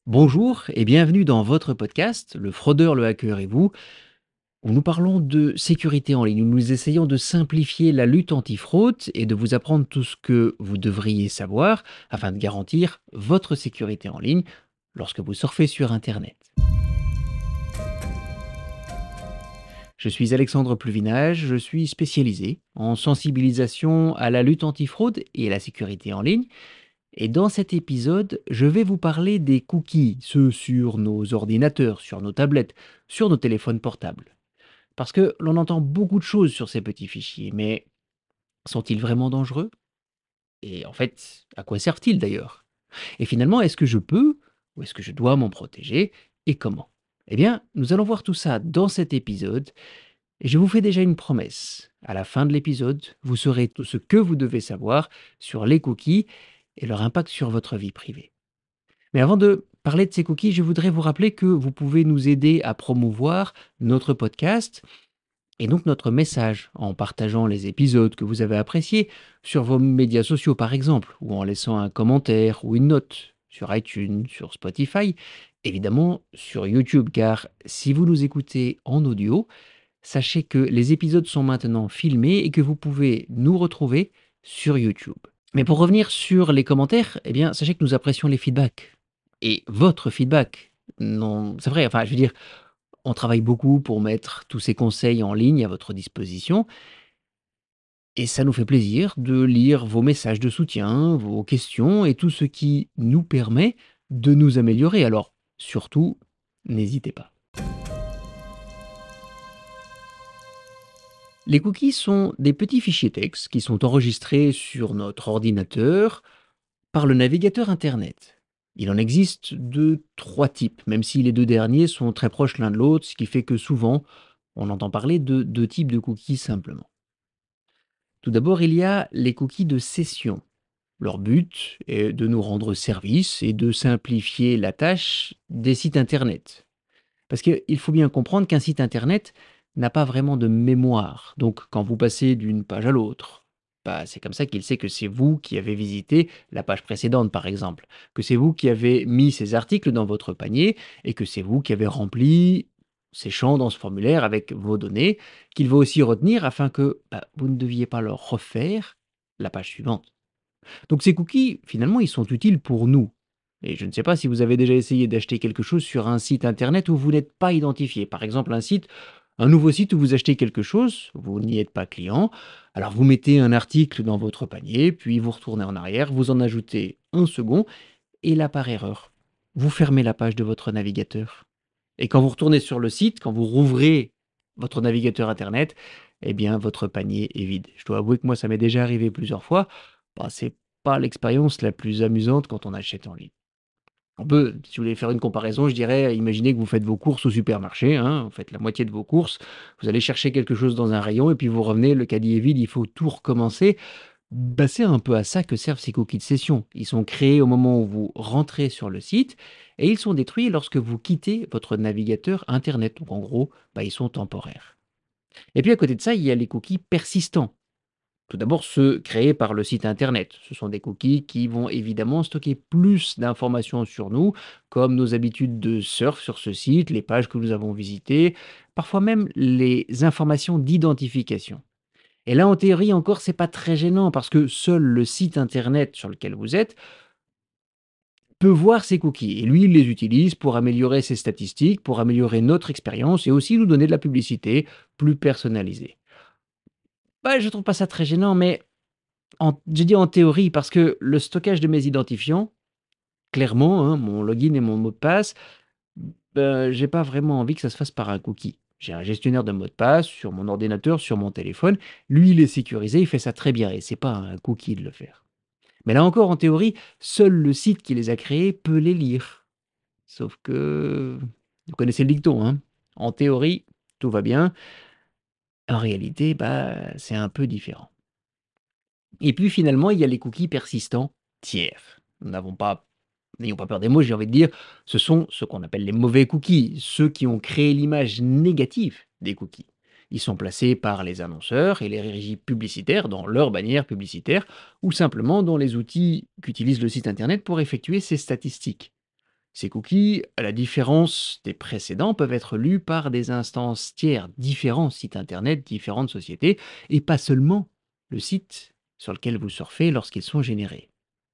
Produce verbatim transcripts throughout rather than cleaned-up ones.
Bonjour et bienvenue dans votre podcast, Le fraudeur, le hacker et vous, où nous parlons de sécurité en ligne, où nous essayons de simplifier la lutte antifraude et de vous apprendre tout ce que vous devriez savoir afin de garantir votre sécurité en ligne lorsque vous surfez sur Internet. Je suis Alexandre Pluvinage, je suis spécialisé en sensibilisation à la lutte antifraude et à la sécurité en ligne. Et dans cet épisode, je vais vous parler des cookies, ceux sur nos ordinateurs, sur nos tablettes, sur nos téléphones portables. Parce que l'on entend beaucoup de choses sur ces petits fichiers, mais sont-ils vraiment dangereux? Et en fait, à quoi servent-ils d'ailleurs? Et finalement, est-ce que je peux ou est-ce que je dois m'en protéger et comment? Eh bien, nous allons voir tout ça dans cet épisode et je vous fais déjà une promesse. À la fin de l'épisode, vous saurez tout ce que vous devez savoir sur les cookies et leur impact sur votre vie privée. Mais avant de parler de ces cookies, je voudrais vous rappeler que vous pouvez nous aider à promouvoir notre podcast et donc notre message en partageant les épisodes que vous avez appréciés sur vos médias sociaux par exemple, ou en laissant un commentaire ou une note sur iTunes, sur Spotify, évidemment sur YouTube, car si vous nous écoutez en audio, sachez que les épisodes sont maintenant filmés et que vous pouvez nous retrouver sur YouTube. Mais pour revenir sur les commentaires, eh bien, sachez que nous apprécions les feedbacks et votre feedback. Non, c'est vrai, enfin, je veux dire, on travaille beaucoup pour mettre tous ces conseils en ligne à votre disposition et ça nous fait plaisir de lire vos messages de soutien, vos questions et tout ce qui nous permet de nous améliorer. Alors, surtout, n'hésitez pas. Les cookies sont des petits fichiers texte qui sont enregistrés sur notre ordinateur par le navigateur Internet. Il en existe de trois types, même si les deux derniers sont très proches l'un de l'autre, ce qui fait que souvent, on entend parler de deux types de cookies simplement. Tout d'abord, il y a les cookies de session. Leur but est de nous rendre service et de simplifier la tâche des sites Internet. Parce qu'il faut bien comprendre qu'un site Internet n'a pas vraiment de mémoire. Donc, quand vous passez d'une page à l'autre, bah, c'est comme ça qu'il sait que c'est vous qui avez visité la page précédente, par exemple, que c'est vous qui avez mis ces articles dans votre panier et que c'est vous qui avez rempli ces champs dans ce formulaire avec vos données, qu'il va aussi retenir afin que bah, vous ne deviez pas leur refaire la page suivante. Donc ces cookies, finalement, ils sont utiles pour nous. Et je ne sais pas si vous avez déjà essayé d'acheter quelque chose sur un site internet où vous n'êtes pas identifié. Par exemple, un site, un nouveau site où vous achetez quelque chose, vous n'y êtes pas client. Alors vous mettez un article dans votre panier, puis vous retournez en arrière, vous en ajoutez un second, et là par erreur, vous fermez la page de votre navigateur. Et quand vous retournez sur le site, quand vous rouvrez votre navigateur internet, eh bien votre panier est vide. Je dois avouer que moi ça m'est déjà arrivé plusieurs fois. Bah, c'est pas l'expérience la plus amusante quand on achète en ligne. On peut, si vous voulez faire une comparaison, je dirais, imaginez que vous faites vos courses au supermarché, hein, vous faites la moitié de vos courses, vous allez chercher quelque chose dans un rayon et puis vous revenez, le caddie est vide, il faut tout recommencer. Bah, c'est un peu à ça que servent ces cookies de session. Ils sont créés au moment où vous rentrez sur le site et ils sont détruits lorsque vous quittez votre navigateur internet. Donc en gros, bah, ils sont temporaires. Et puis à côté de ça, il y a les cookies persistants. Tout d'abord, ceux créés par le site internet. Ce sont des cookies qui vont évidemment stocker plus d'informations sur nous, comme nos habitudes de surf sur ce site, les pages que nous avons visitées, parfois même les informations d'identification. Et là, en théorie encore, c'est pas très gênant parce que seul le site internet sur lequel vous êtes peut voir ces cookies. Et lui, il les utilise pour améliorer ses statistiques, pour améliorer notre expérience et aussi nous donner de la publicité plus personnalisée. Bah, je trouve pas ça très gênant, mais En j'ai dit en théorie parce que le stockage de mes identifiants, clairement, hein, mon login et mon mot de passe, ben, j'ai pas vraiment envie que ça se fasse par un cookie. J'ai un gestionnaire de mots de passe sur mon ordinateur, sur mon téléphone. Lui, il est sécurisé, il fait ça très bien et c'est pas un cookie de le faire. Mais là encore, en théorie, seul le site qui les a créés peut les lire. Sauf que vous connaissez le dicton, hein. En théorie, tout va bien. En réalité, bah, c'est un peu différent. Et puis finalement, il y a les cookies persistants tiers. Nous n'avons pas N'ayons pas peur des mots, j'ai envie de dire, ce sont ce qu'on appelle les mauvais cookies, ceux qui ont créé l'image négative des cookies. Ils sont placés par les annonceurs et les régies publicitaires dans leur bannière publicitaire ou simplement dans les outils qu'utilise le site internet pour effectuer ces statistiques. Ces cookies, à la différence des précédents, peuvent être lus par des instances tiers, différents sites internet, différentes sociétés, et pas seulement le site sur lequel vous surfez lorsqu'ils sont générés.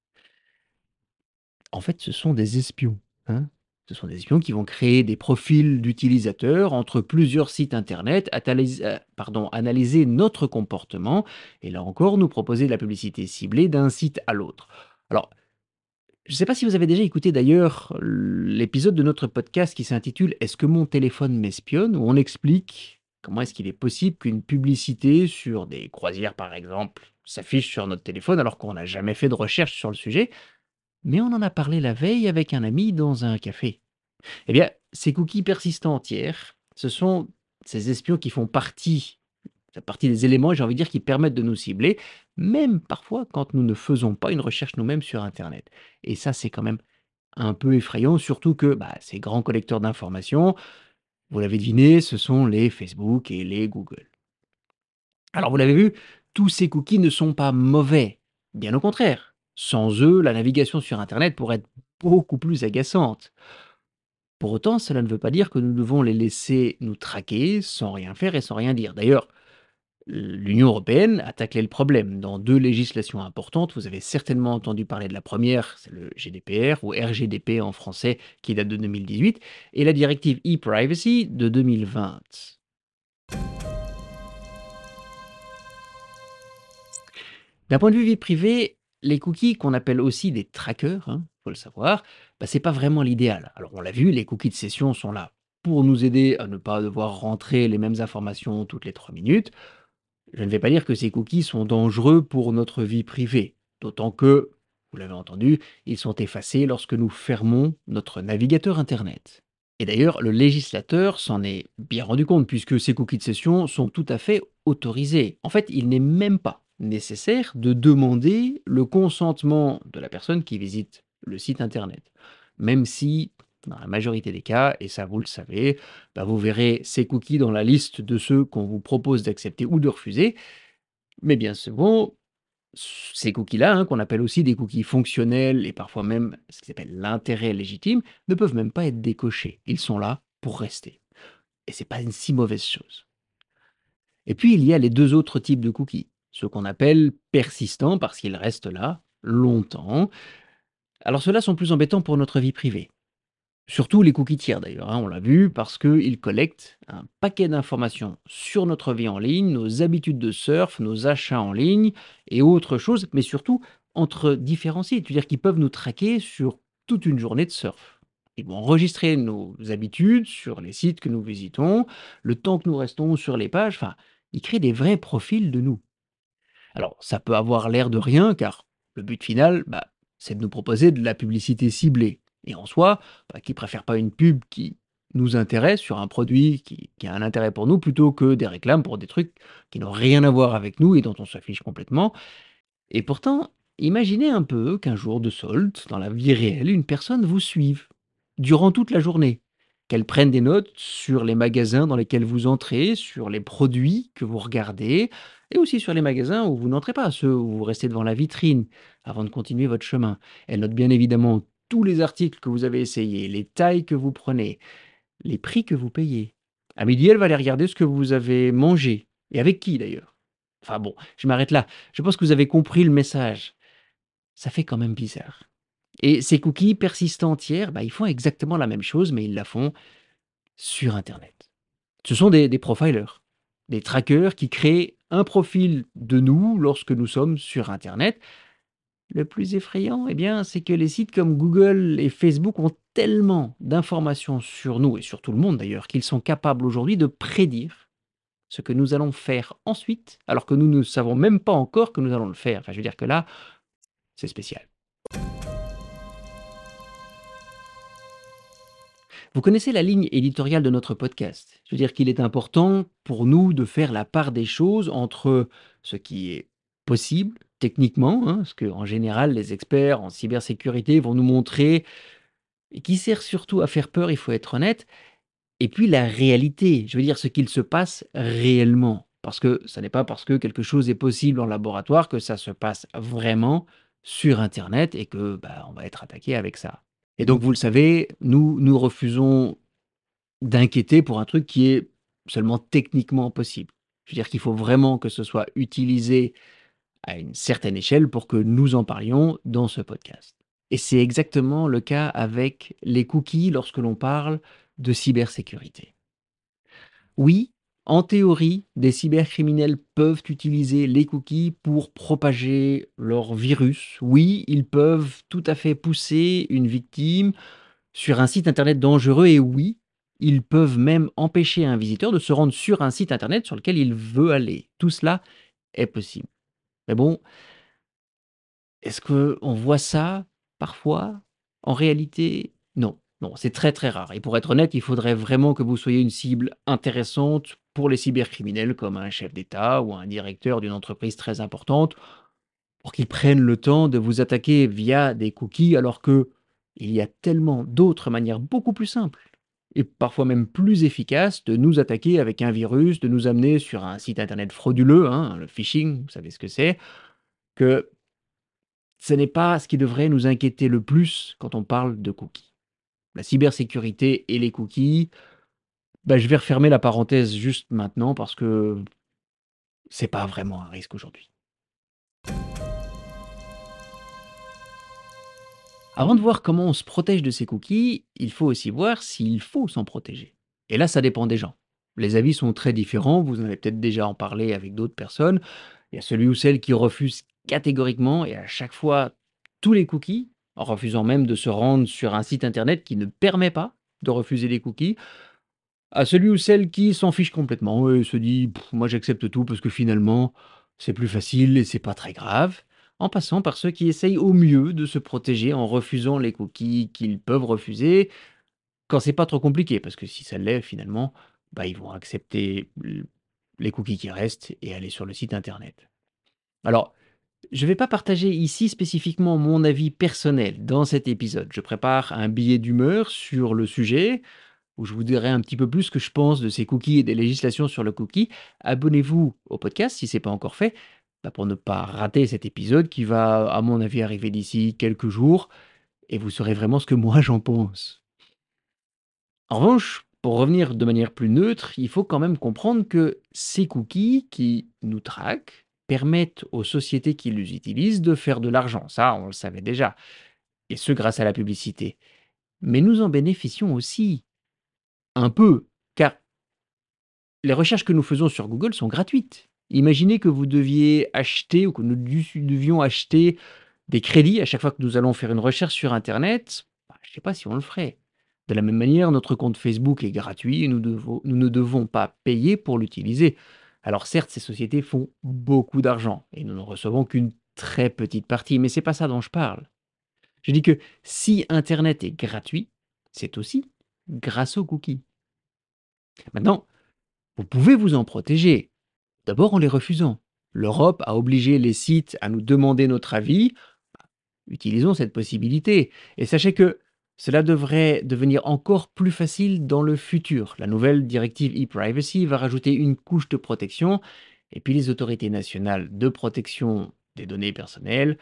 En fait, ce sont des espions, hein. Ce sont des espions qui vont créer des profils d'utilisateurs entre plusieurs sites internet, atalis- euh, pardon, analyser notre comportement et là encore nous proposer de la publicité ciblée d'un site à l'autre. Alors, je ne sais pas si vous avez déjà écouté d'ailleurs l'épisode de notre podcast qui s'intitule «Est-ce que mon téléphone m'espionne?» où on explique comment est-ce qu'il est possible qu'une publicité sur des croisières par exemple s'affiche sur notre téléphone alors qu'on n'a jamais fait de recherche sur le sujet, mais on en a parlé la veille avec un ami dans un café. Eh bien, ces cookies persistants entières, ce sont ces espions qui font partie, ça fait partie des éléments, j'ai envie de dire, qui permettent de nous cibler, même parfois quand nous ne faisons pas une recherche nous-mêmes sur Internet. Et ça, c'est quand même un peu effrayant, surtout que bah, ces grands collecteurs d'informations, vous l'avez deviné, ce sont les Facebook et les Google. Alors, vous l'avez vu, tous ces cookies ne sont pas mauvais. Bien au contraire. Sans eux, la navigation sur Internet pourrait être beaucoup plus agaçante. Pour autant, cela ne veut pas dire que nous devons les laisser nous traquer sans rien faire et sans rien dire. D'ailleurs, l'Union européenne a taclé le problème dans deux législations importantes. Vous avez certainement entendu parler de la première, c'est le G D P R ou R G D P en français qui date de deux mille dix-huit, et la directive e-privacy de deux mille vingt. D'un point de vue vie privée, les cookies qu'on appelle aussi des trackers, il faut le savoir, bah, c'est pas vraiment l'idéal. Alors on l'a vu, les cookies de session sont là pour nous aider à ne pas devoir rentrer les mêmes informations toutes les trois minutes. Je ne vais pas dire que ces cookies sont dangereux pour notre vie privée, d'autant que, vous l'avez entendu, ils sont effacés lorsque nous fermons notre navigateur Internet. Et d'ailleurs, le législateur s'en est bien rendu compte puisque ces cookies de session sont tout à fait autorisés. En fait, il n'est même pas nécessaire de demander le consentement de la personne qui visite le site Internet. Même si, dans la majorité des cas, et ça vous le savez, bah, vous verrez ces cookies dans la liste de ceux qu'on vous propose d'accepter ou de refuser. Mais bien souvent, ces cookies-là, hein, qu'on appelle aussi des cookies fonctionnels et parfois même ce qui s'appelle l'intérêt légitime, ne peuvent même pas être décochés. Ils sont là pour rester. Et c'est pas une si mauvaise chose. Et puis il y a les deux autres types de cookies, ceux qu'on appelle persistants parce qu'ils restent là longtemps. Alors ceux-là sont plus embêtants pour notre vie privée. Surtout les cookies tiers d'ailleurs, hein, on l'a vu, parce qu'ils collectent un paquet d'informations sur notre vie en ligne, nos habitudes de surf, nos achats en ligne et autres choses, mais surtout entre différents sites. C'est-à-dire qu'ils peuvent nous traquer sur toute une journée de surf. Ils vont enregistrer nos habitudes sur les sites que nous visitons, le temps que nous restons sur les pages, enfin, ils créent des vrais profils de nous. Alors, ça peut avoir l'air de rien, car le but final, bah, c'est de nous proposer de la publicité ciblée. Et en soi, bah, qui préfère pas une pub qui nous intéresse sur un produit qui, qui a un intérêt pour nous, plutôt que des réclames pour des trucs qui n'ont rien à voir avec nous et dont on s'affiche complètement. Et pourtant, imaginez un peu qu'un jour de solde, dans la vie réelle, une personne vous suive durant toute la journée, qu'elle prenne des notes sur les magasins dans lesquels vous entrez, sur les produits que vous regardez, et aussi sur les magasins où vous n'entrez pas, ceux où vous restez devant la vitrine avant de continuer votre chemin. Elle note bien évidemment tous les articles que vous avez essayés, les tailles que vous prenez, les prix que vous payez. À midi, elle va aller regarder ce que vous avez mangé, et avec qui d'ailleurs. Enfin bon, je m'arrête là. Je pense que vous avez compris le message. Ça fait quand même bizarre. Et ces cookies persistants tiers, bah, ils font exactement la même chose, mais ils la font sur internet. Ce sont des des profilers, des trackers qui créent un profil de nous lorsque nous sommes sur internet. Le plus effrayant, eh bien, c'est que les sites comme Google et Facebook ont tellement d'informations sur nous et sur tout le monde d'ailleurs, qu'ils sont capables aujourd'hui de prédire ce que nous allons faire ensuite, alors que nous ne savons même pas encore que nous allons le faire. Enfin, je veux dire que là, c'est spécial. Vous connaissez la ligne éditoriale de notre podcast. Je veux dire qu'il est important pour nous de faire la part des choses entre ce qui est possible techniquement, hein, parce qu'en général, les experts en cybersécurité vont nous montrer, et qui sert surtout à faire peur, il faut être honnête, et puis la réalité, je veux dire ce qu'il se passe réellement. Parce que ça n'est pas parce que quelque chose est possible en laboratoire que ça se passe vraiment sur Internet et que bah, on va être attaqué avec ça. Et donc, vous le savez, nous, nous refusons d'inquiéter pour un truc qui est seulement techniquement possible. Je veux dire qu'il faut vraiment que ce soit utilisé à une certaine échelle pour que nous en parlions dans ce podcast. Et c'est exactement le cas avec les cookies lorsque l'on parle de cybersécurité. Oui, en théorie, des cybercriminels peuvent utiliser les cookies pour propager leur virus. Oui, ils peuvent tout à fait pousser une victime sur un site internet dangereux et oui, ils peuvent même empêcher un visiteur de se rendre sur un site internet sur lequel il veut aller. Tout cela est possible. Mais bon, est-ce qu'on voit ça parfois? En réalité, non. Non, c'est très, très rare et pour être honnête, il faudrait vraiment que vous soyez une cible intéressante pour les cybercriminels comme un chef d'État ou un directeur d'une entreprise très importante pour qu'ils prennent le temps de vous attaquer via des cookies alors que il y a tellement d'autres manières beaucoup plus simples et parfois même plus efficaces de nous attaquer avec un virus, de nous amener sur un site internet frauduleux, hein, le phishing, vous savez ce que c'est, que ce n'est pas ce qui devrait nous inquiéter le plus quand on parle de cookies. La cybersécurité et les cookies, bah, je vais refermer la parenthèse juste maintenant parce que c'est pas vraiment un risque aujourd'hui. Avant de voir comment on se protège de ces cookies, il faut aussi voir s'il faut s'en protéger. Et là, ça dépend des gens. Les avis sont très différents, vous en avez peut-être déjà en parlé avec d'autres personnes. Il y a celui ou celle qui refuse catégoriquement et à chaque fois tous les cookies, en refusant même de se rendre sur un site internet qui ne permet pas de refuser les cookies, à celui ou celle qui s'en fiche complètement et se dit: «Pff, moi j'accepte tout parce que finalement, c'est plus facile et c'est pas très grave», en passant par ceux qui essayent au mieux de se protéger en refusant les cookies qu'ils peuvent refuser quand c'est pas trop compliqué. Parce que si ça l'est finalement, bah, ils vont accepter l les cookies qui restent et aller sur le site internet. Alors, je ne vais pas partager ici spécifiquement mon avis personnel dans cet épisode. Je prépare un billet d'humeur sur le sujet où je vous dirai un petit peu plus ce que je pense de ces cookies et des législations sur le cookie. Abonnez-vous au podcast si ce n'est pas encore fait, bah, pour ne pas rater cet épisode qui va, à mon avis, arriver d'ici quelques jours et vous saurez vraiment ce que moi j'en pense. En revanche, pour revenir de manière plus neutre, il faut quand même comprendre que ces cookies qui nous traquent permettent aux sociétés qui les utilisent de faire de l'argent. Ça, on le savait déjà. Et ce, grâce à la publicité. Mais nous en bénéficions aussi un peu, car les recherches que nous faisons sur Google sont gratuites. Imaginez que vous deviez acheter ou que nous dus- devions acheter des crédits à chaque fois que nous allons faire une recherche sur Internet. Bah, je ne sais pas si on le ferait. De la même manière, notre compte Facebook est gratuit et nous, devons- nous ne devons pas payer pour l'utiliser. Alors certes, ces sociétés font beaucoup d'argent et nous n'en recevons qu'une très petite partie, mais c'est pas ça dont je parle. Je dis que si Internet est gratuit, c'est aussi grâce aux cookies. Maintenant, vous pouvez vous en protéger. D'abord en les refusant. L'Europe a obligé les sites à nous demander notre avis. Utilisons cette possibilité. Et sachez que cela devrait devenir encore plus facile dans le futur. La nouvelle directive e-privacy va rajouter une couche de protection. Et puis les autorités nationales de protection des données personnelles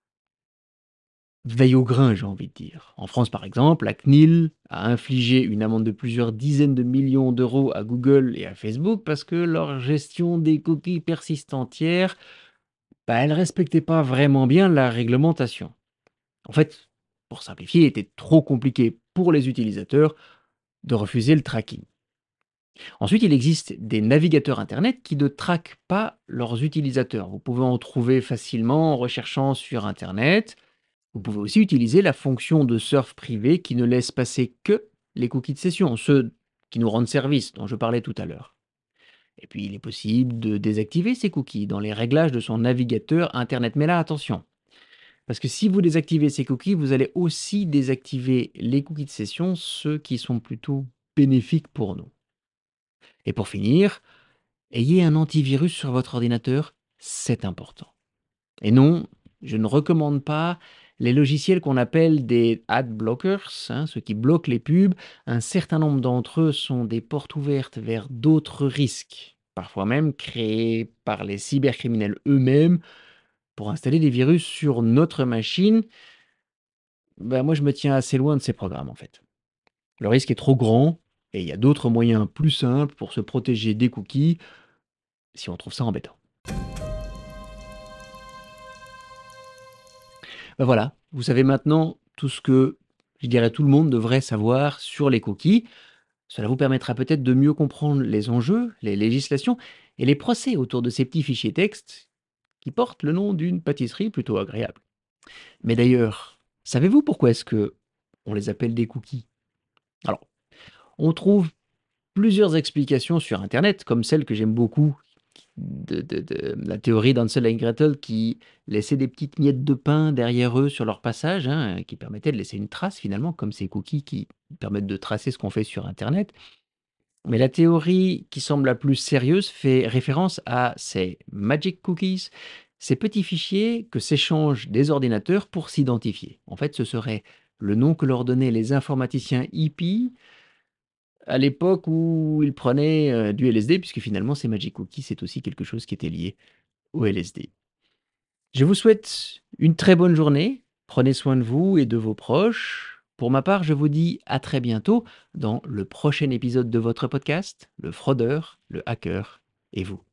veillent au grain, j'ai envie de dire. En France, par exemple, la C N I L a infligé une amende de plusieurs dizaines de millions d'euros à Google et à Facebook parce que leur gestion des cookies persistentielles, bah, elle respectait pas vraiment bien la réglementation. En fait, pour simplifier, il était trop compliqué pour les utilisateurs de refuser le tracking. Ensuite, il existe des navigateurs Internet qui ne traquent pas leurs utilisateurs. Vous pouvez en trouver facilement en recherchant sur Internet. Vous pouvez aussi utiliser la fonction de surf privé qui ne laisse passer que les cookies de session, ceux qui nous rendent service, dont je parlais tout à l'heure. Et puis, il est possible de désactiver ces cookies dans les réglages de son navigateur Internet. Mais là, attention, parce que si vous désactivez ces cookies, vous allez aussi désactiver les cookies de session, ceux qui sont plutôt bénéfiques pour nous. Et pour finir, ayez un antivirus sur votre ordinateur, c'est important. Et non, je ne recommande pas les logiciels qu'on appelle des ad blockers, hein, ceux qui bloquent les pubs. Un certain nombre d'entre eux sont des portes ouvertes vers d'autres risques, parfois même créés par les cybercriminels eux-mêmes pour installer des virus sur notre machine. Ben, moi, je me tiens assez loin de ces programmes, en fait. Le risque est trop grand et il y a d'autres moyens plus simples pour se protéger des cookies si on trouve ça embêtant. Ben voilà, vous savez maintenant tout ce que, je dirais, tout le monde devrait savoir sur les cookies. Cela vous permettra peut-être de mieux comprendre les enjeux, les législations et les procès autour de ces petits fichiers texte qui portent le nom d'une pâtisserie plutôt agréable. Mais d'ailleurs, savez-vous pourquoi est-ce que on les appelle des cookies? Alors, on trouve plusieurs explications sur internet, comme celle que j'aime beaucoup de de de la théorie d'Hansel et Gretel qui laissaient des petites miettes de pain derrière eux sur leur passage, hein, qui permettaient de laisser une trace finalement, comme ces cookies qui permettent de tracer ce qu'on fait sur internet. Mais la théorie qui semble la plus sérieuse fait référence à ces magic cookies, ces petits fichiers que s'échangent des ordinateurs pour s'identifier. En fait, ce serait le nom que leur donnaient les informaticiens hippies à l'époque où ils prenaient euh, du L S D, puisque finalement ces magic cookies, c'est aussi quelque chose qui était lié au L S D. Je vous souhaite une très bonne journée, prenez soin de vous et de vos proches. Pour ma part, je vous dis à très bientôt dans le prochain épisode de votre podcast, Le Fraudeur, le Hacker et vous.